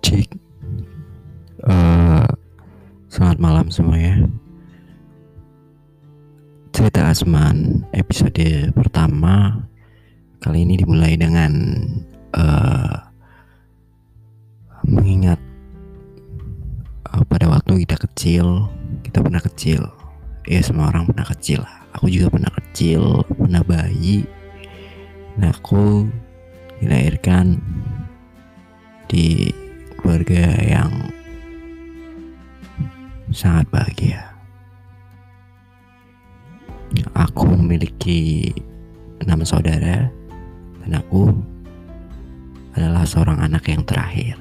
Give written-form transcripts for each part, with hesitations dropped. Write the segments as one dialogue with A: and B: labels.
A: Cik, eh, selamat malam semuanya. Cerita Asman episode pertama kali ini dimulai dengan mengingat pada waktu kita pernah kecil. Ya, semua orang pernah kecil. Aku juga pernah kecil, pernah bayi. Nah, aku dilahirkan di keluarga yang sangat bahagia. Aku memiliki 6 saudara dan aku adalah seorang anak yang terakhir.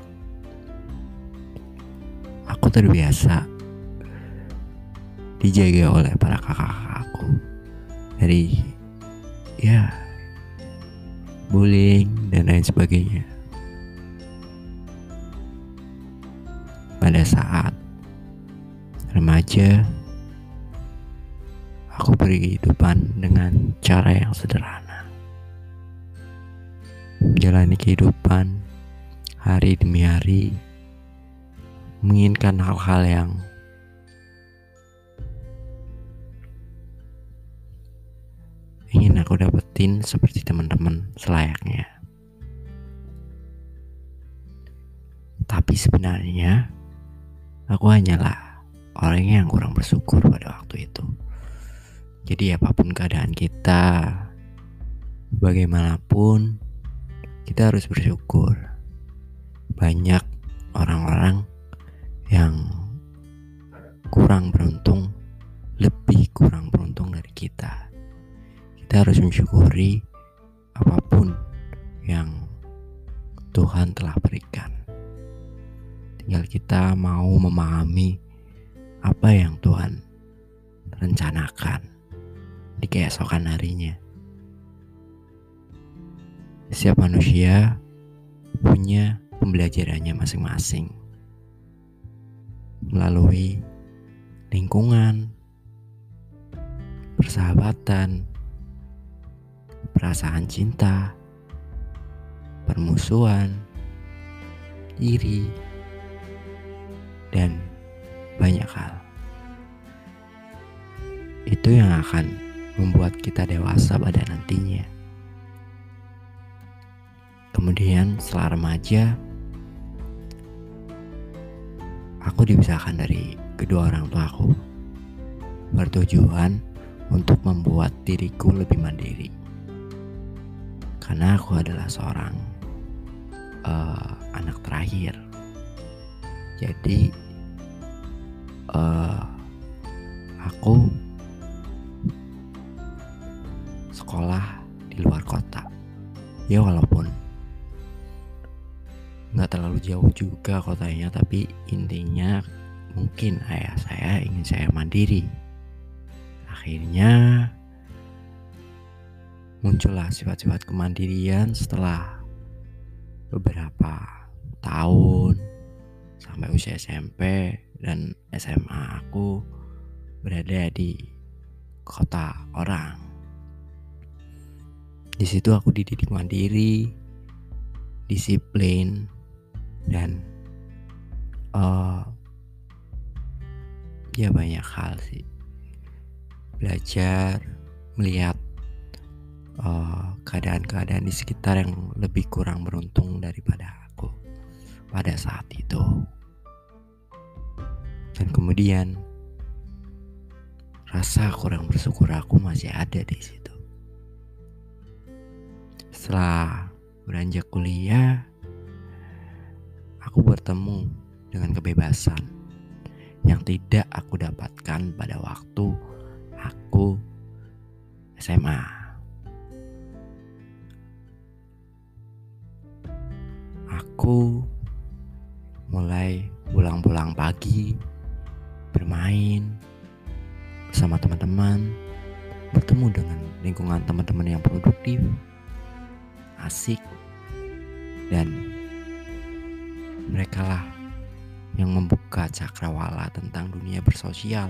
A: Aku terbiasa dijaga oleh para kakak-kakakku dari bullying dan lain sebagainya. Pada saat remaja, aku berkehidupan dengan cara yang sederhana. Menjalani kehidupan hari demi hari, menginginkan hal-hal yang ingin aku dapetin seperti teman-teman selayaknya. Tapi sebenarnya aku hanyalah orang yang kurang bersyukur pada waktu itu. Jadi apapun keadaan kita, bagaimanapun, kita harus bersyukur. Banyak orang-orang yang kurang beruntung, lebih kurang beruntung dari kita. Kita harus mensyukuri apapun yang Tuhan telah berikan. Tinggal kita mau memahami apa yang Tuhan rencanakan di keesokan harinya. Setiap manusia punya pembelajarannya masing-masing melalui lingkungan, persahabatan, perasaan cinta, permusuhan, iri, dan banyak hal. Itu yang akan membuat kita dewasa pada nantinya. Kemudian setelah remaja, aku dipisahkan dari kedua orang tuaku, bertujuan untuk membuat diriku lebih mandiri. Karena aku adalah seorang anak terakhir. Jadi aku sekolah di luar kota. Ya, walaupun gak terlalu jauh juga kotanya, tapi intinya mungkin ayah saya ingin saya mandiri. Akhirnya muncullah sifat-sifat kemandirian setelah beberapa tahun sampai usia SMP dan SMA. Aku berada di kota orang. Di situ aku dididik mandiri, disiplin, dan banyak hal sih. Belajar melihat keadaan-keadaan di sekitar yang lebih kurang beruntung daripada aku pada saat itu. Dan kemudian rasa kurang bersyukur aku masih ada di situ. Setelah beranjak kuliah, aku bertemu dengan kebebasan yang tidak aku dapatkan pada waktu aku SMA. Aku mulai pulang pagi, bermain bersama teman-teman, bertemu dengan lingkungan teman-teman yang produktif, asik, dan merekalah yang membuka cakrawala tentang dunia bersosial.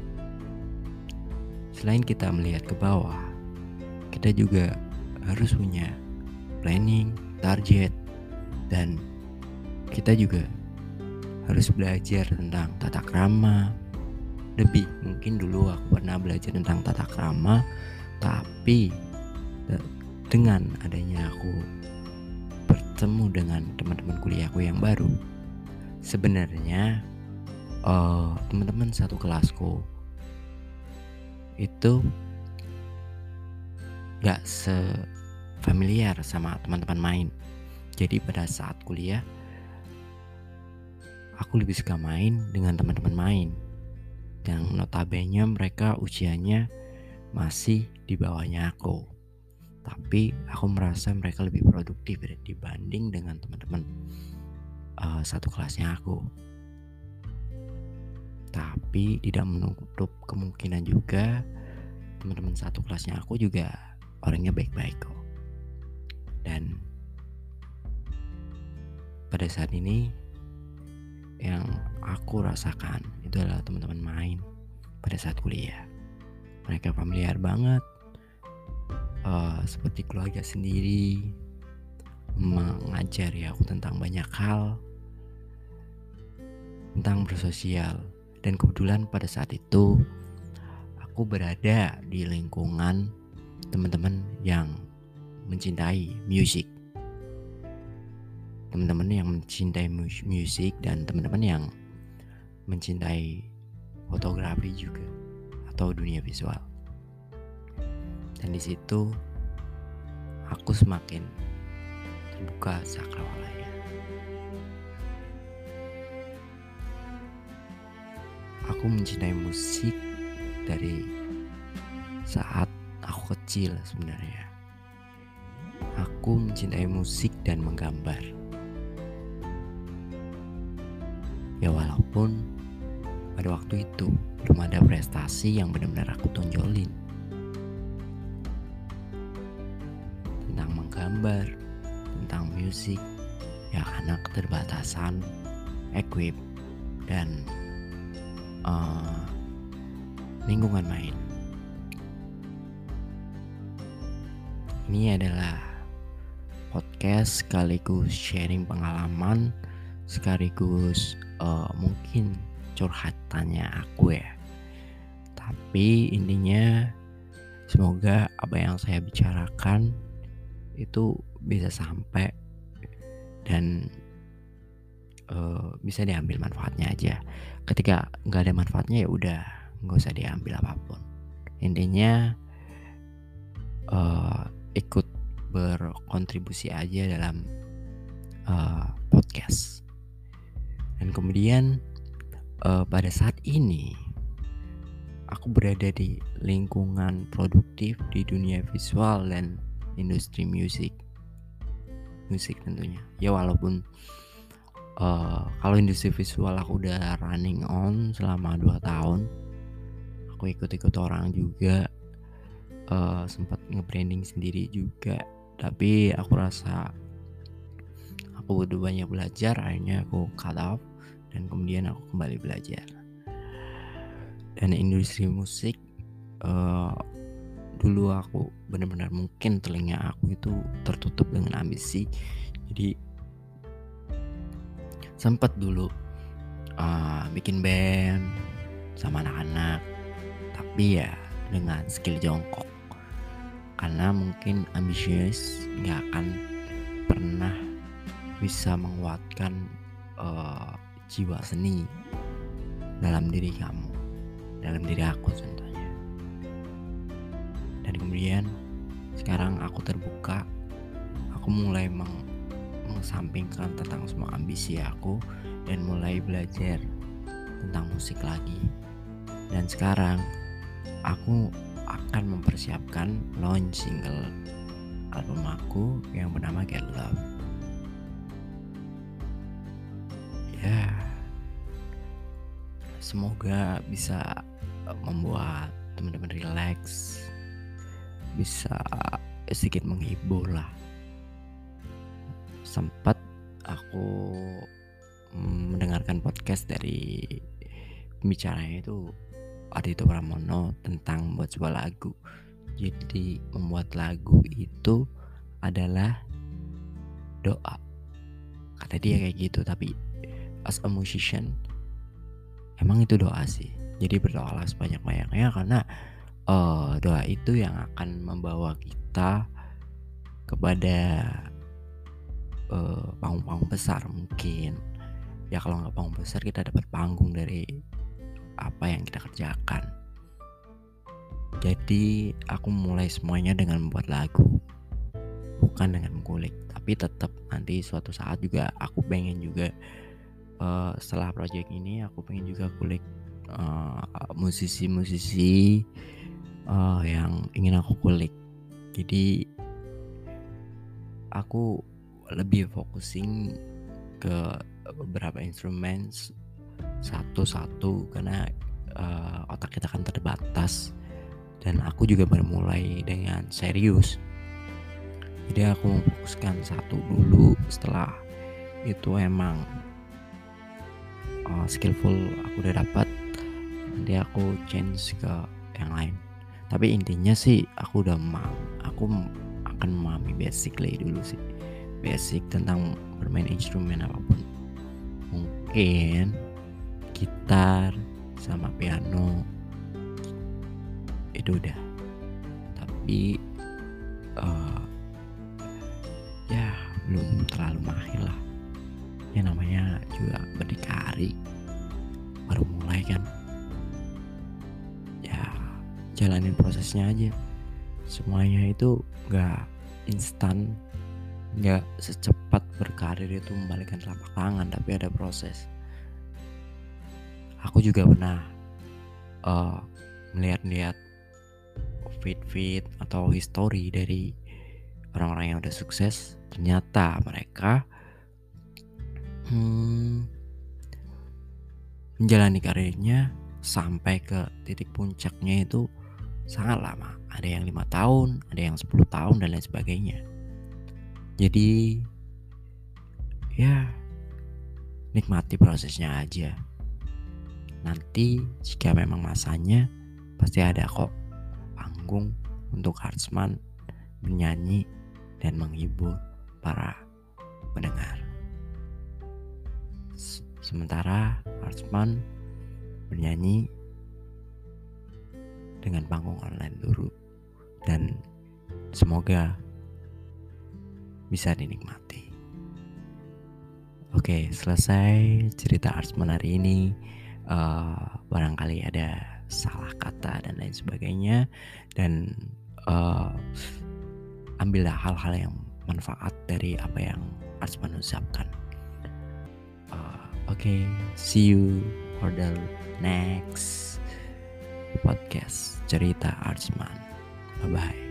A: Selain kita melihat ke bawah, kita juga harus punya planning, target, dan kita juga harus belajar tentang tata krama. Mungkin dulu aku pernah belajar tentang tata krama, tapi dengan adanya aku bertemu dengan teman-teman kuliahku yang baru, sebenarnya teman-teman satu kelasku itu gak familiar sama teman-teman main. Jadi pada saat kuliah aku lebih suka main dengan teman-teman main yang notabene mereka usianya masih di bawahnya aku, tapi aku merasa mereka lebih produktif dibanding dengan teman-teman satu kelasnya aku. Tapi tidak menutup kemungkinan juga teman-teman satu kelasnya aku juga orangnya baik-baik kok. Dan pada saat ini yang aku rasakan itu adalah teman-teman main pada saat kuliah. Mereka familiar banget, seperti keluarga sendiri, mengajari aku tentang banyak hal, tentang bersosial. Dan kebetulan pada saat itu aku berada di lingkungan teman-teman yang mencintai musik, teman-teman yang mencintai musik dan teman-teman yang mencintai fotografi juga atau dunia visual. Dan di situ aku semakin terbuka cakrawalanya. Aku mencintai musik dari saat aku kecil sebenarnya. Aku mencintai musik dan menggambar. Ya walaupun pada waktu itu belum ada prestasi yang benar-benar aku tonjolin tentang menggambar, tentang musik, ya karena keterbatasan equip dan lingkungan main. Ini adalah podcast sekaligus sharing pengalaman, sekaligus mungkin curhatannya aku ya. Tapi intinya semoga apa yang saya bicarakan itu bisa sampai dan bisa diambil manfaatnya aja. Ketika nggak ada manfaatnya ya udah nggak usah diambil apapun. Intinya ikut berkontribusi aja dalam podcast. Dan kemudian pada saat ini aku berada di lingkungan produktif di dunia visual dan industri musik tentunya. Ya walaupun kalau industri visual aku udah running on selama 2 tahun. Aku ikut-ikut orang juga, sempat nge-branding sendiri juga. Tapi aku rasa aku udah banyak belajar, akhirnya aku cut off dan kemudian aku kembali belajar. Dan industri musik dulu aku benar-benar mungkin telinga aku itu tertutup dengan ambisi. Jadi sempat dulu bikin band sama anak-anak, tapi ya dengan skill jongkok, karena mungkin ambisius gak akan pernah bisa menguatkan jiwa seni dalam diri kamu, dalam diri aku contohnya. Dan kemudian sekarang aku terbuka, aku mulai mengesampingkan tentang semua ambisi aku dan mulai belajar tentang musik lagi. Dan sekarang aku akan mempersiapkan launch single album aku yang bernama Get Love. Ya, semoga bisa membuat teman-teman relax, bisa sedikit menghibur lah. Sempat aku mendengarkan podcast dari pembicaranya itu Ardhito Pramono tentang membuat sebuah lagu. Jadi membuat lagu itu adalah doa. kata dia kayak gitu. Tapi as a musician emang itu doa sih. Jadi berdoalah sebanyak-banyaknya karena doa itu yang akan membawa kita kepada panggung-panggung besar mungkin. Ya kalau nggak panggung besar, kita dapat panggung dari apa yang kita kerjakan. Jadi aku mulai semuanya dengan membuat lagu, bukan dengan mengulik. Tapi tetap nanti suatu saat juga aku pengen juga setelah project ini aku pengen juga kulik musisi-musisi yang ingin aku kulik. Jadi aku lebih focusing ke beberapa instrumen satu-satu karena otak kita kan terbatas, dan aku juga baru mulai dengan serius. Jadi aku memfokuskan satu dulu, setelah itu emang skillful aku udah dapat, nanti aku change ke yang lain. Tapi intinya sih aku akan memahami basically dulu sih, basic tentang bermain instrumen apapun, mungkin gitar sama piano itu udah. Tapi ya belum terlalu mahir lah, ya namanya juga berdikari, baru mulai kan, ya jalanin prosesnya aja. Semuanya itu gak instan, gak secepat berkarir itu membalikkan telapak tangan, tapi ada proses. Aku juga pernah melihat feed atau history dari orang-orang yang udah sukses. Ternyata mereka menjalani karirnya sampai ke titik puncaknya itu sangat lama. Ada yang 5 tahun, ada yang 10 tahun dan lain sebagainya. Jadi ya nikmati prosesnya aja. Nanti jika memang masanya, pasti ada kok panggung untuk Hartsman menyanyi dan menghibur para pendengar. Sementara Hartsman bernyanyi dengan panggung online dulu, dan semoga bisa dinikmati. Oke, selesai cerita Hartsman hari ini. Barangkali ada salah kata dan lain sebagainya, dan ambillah hal-hal yang manfaat dari apa yang Hartsman ucapkan. Oke, see you for the next podcast cerita Hartsman. Bye bye.